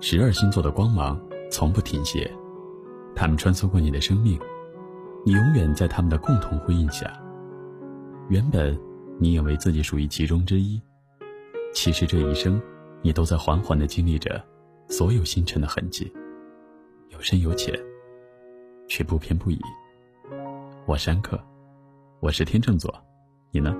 12星座的光芒从不停歇，他们穿梭过你的生命，你永远在他们的共同辉映下。原本你以为自己属于其中之一，其实这一生你都在缓缓地经历着所有星辰的痕迹，有深有浅，却不偏不倚。我是安克，我是天秤座，你呢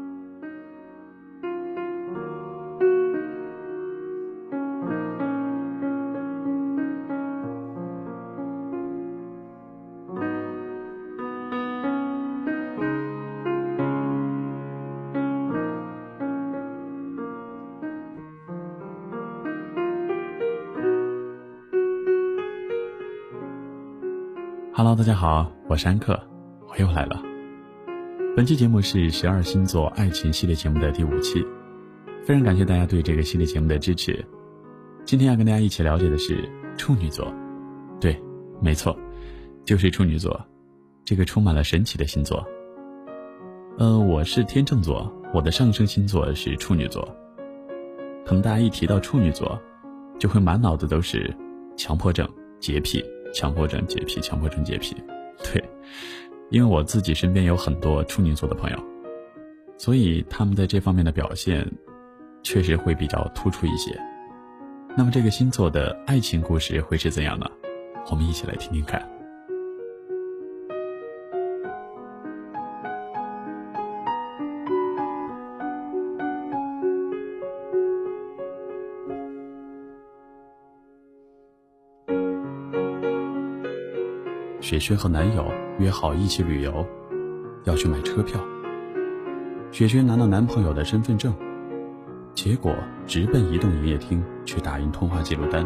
？Hello， 大家好，我是安克，我又来了。本期节目是12星座爱情系列节目的第5期，非常感谢大家对这个系列节目的支持。今天要跟大家一起了解的是处女座，对，没错，就是处女座，这个充满了神奇的星座。我是天秤座，我的上升星座是处女座。可能大家一提到处女座，就会满脑子都是强迫症、洁癖。强迫症、洁癖，强迫症、洁癖，对，因为我自己身边有很多处女座的朋友，所以他们在这方面的表现确实会比较突出一些。那么这个星座的爱情故事会是怎样呢？我们一起来听听看。雪雪和男友约好一起旅游，要去买车票。雪雪拿到男朋友的身份证，结果直奔移动营业厅去打印通话记录单。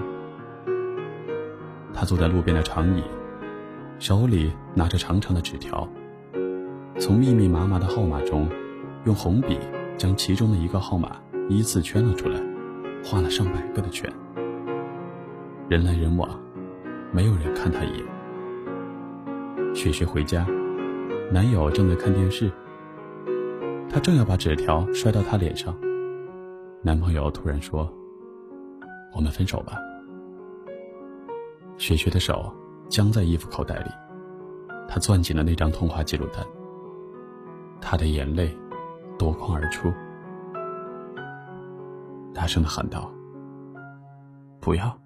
她坐在路边的长椅，手里拿着长长的纸条，从密密麻麻的号码中，用红笔将其中的一个号码依次圈了出来，画了上百个的圈。人来人往，没有人看她一眼。雪雪回家，男友正在看电视，他正要把纸条摔到他脸上，男朋友突然说：“我们分手吧。”雪雪的手僵在衣服口袋里，她攥紧了那张通话记录单，她的眼泪夺眶而出，大声地喊道：“不要！”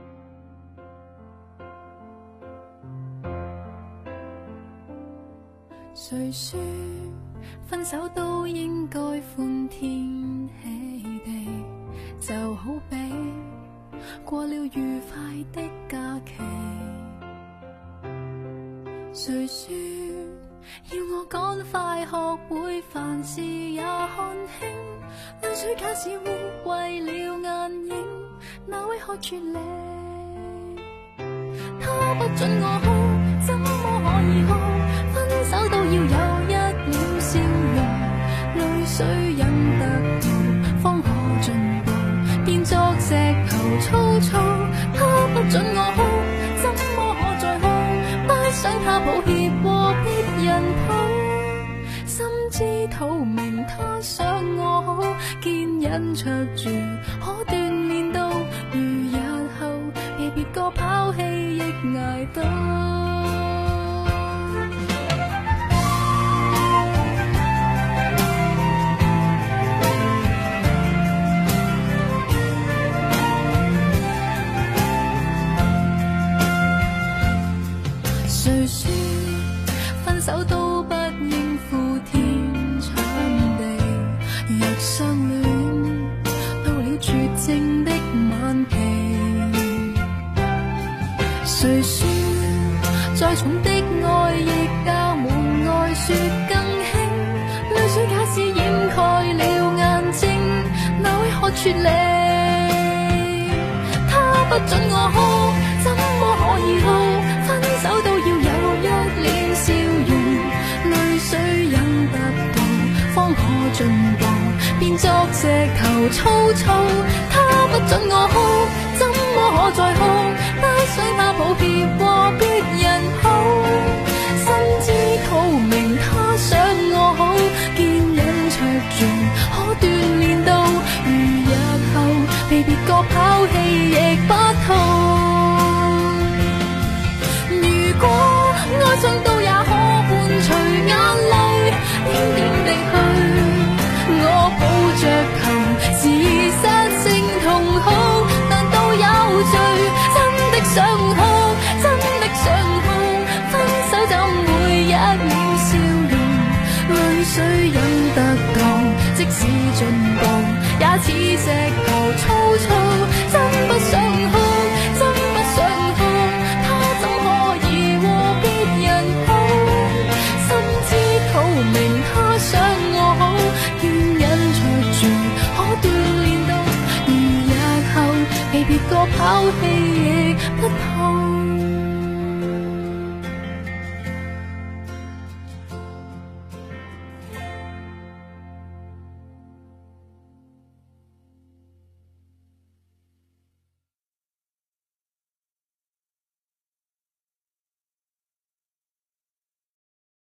谁说分手都应该欢天喜地，就好比过了愉快的假期。谁说要我赶快学会凡事也看轻，泪水假使污秽了眼影，哪会喝住你？他不准我哭，怎么可以哭？分手都要有一臉笑容，淚水忍得到，方可進步，變作石頭粗糙。他不准我哭，怎麼可再哭？不想他抱歉和別人抱，心知肚明他想我好，堅忍卓住，可鍛鍊到，如日後被別個拋棄亦捱到。谁说分手都不應付天慘地？若相戀到了絕症的晚期，誰說再重的愛亦較門外雪更輕？淚水假使掩蓋了眼睛，哪會喝出你？他不准我哭，怎麼可以哭？分手都要有一臉笑容，淚水忍得到，方可進步，變作石頭粗糙。他不准我哭，怎麼可再哭？不想他抱歉和別人抱，心知肚明他想我好，堅忍卓住，可鍛鍊到，如日後被別個拋棄亦不好。 水飲得多，即使進步也似石頭粗糙。真不想哭，真不想哭，他怎可以和別人好？心知肚明他想我好，牽引着住可鍛鍊到，如日後被別個拋棄亦不痛。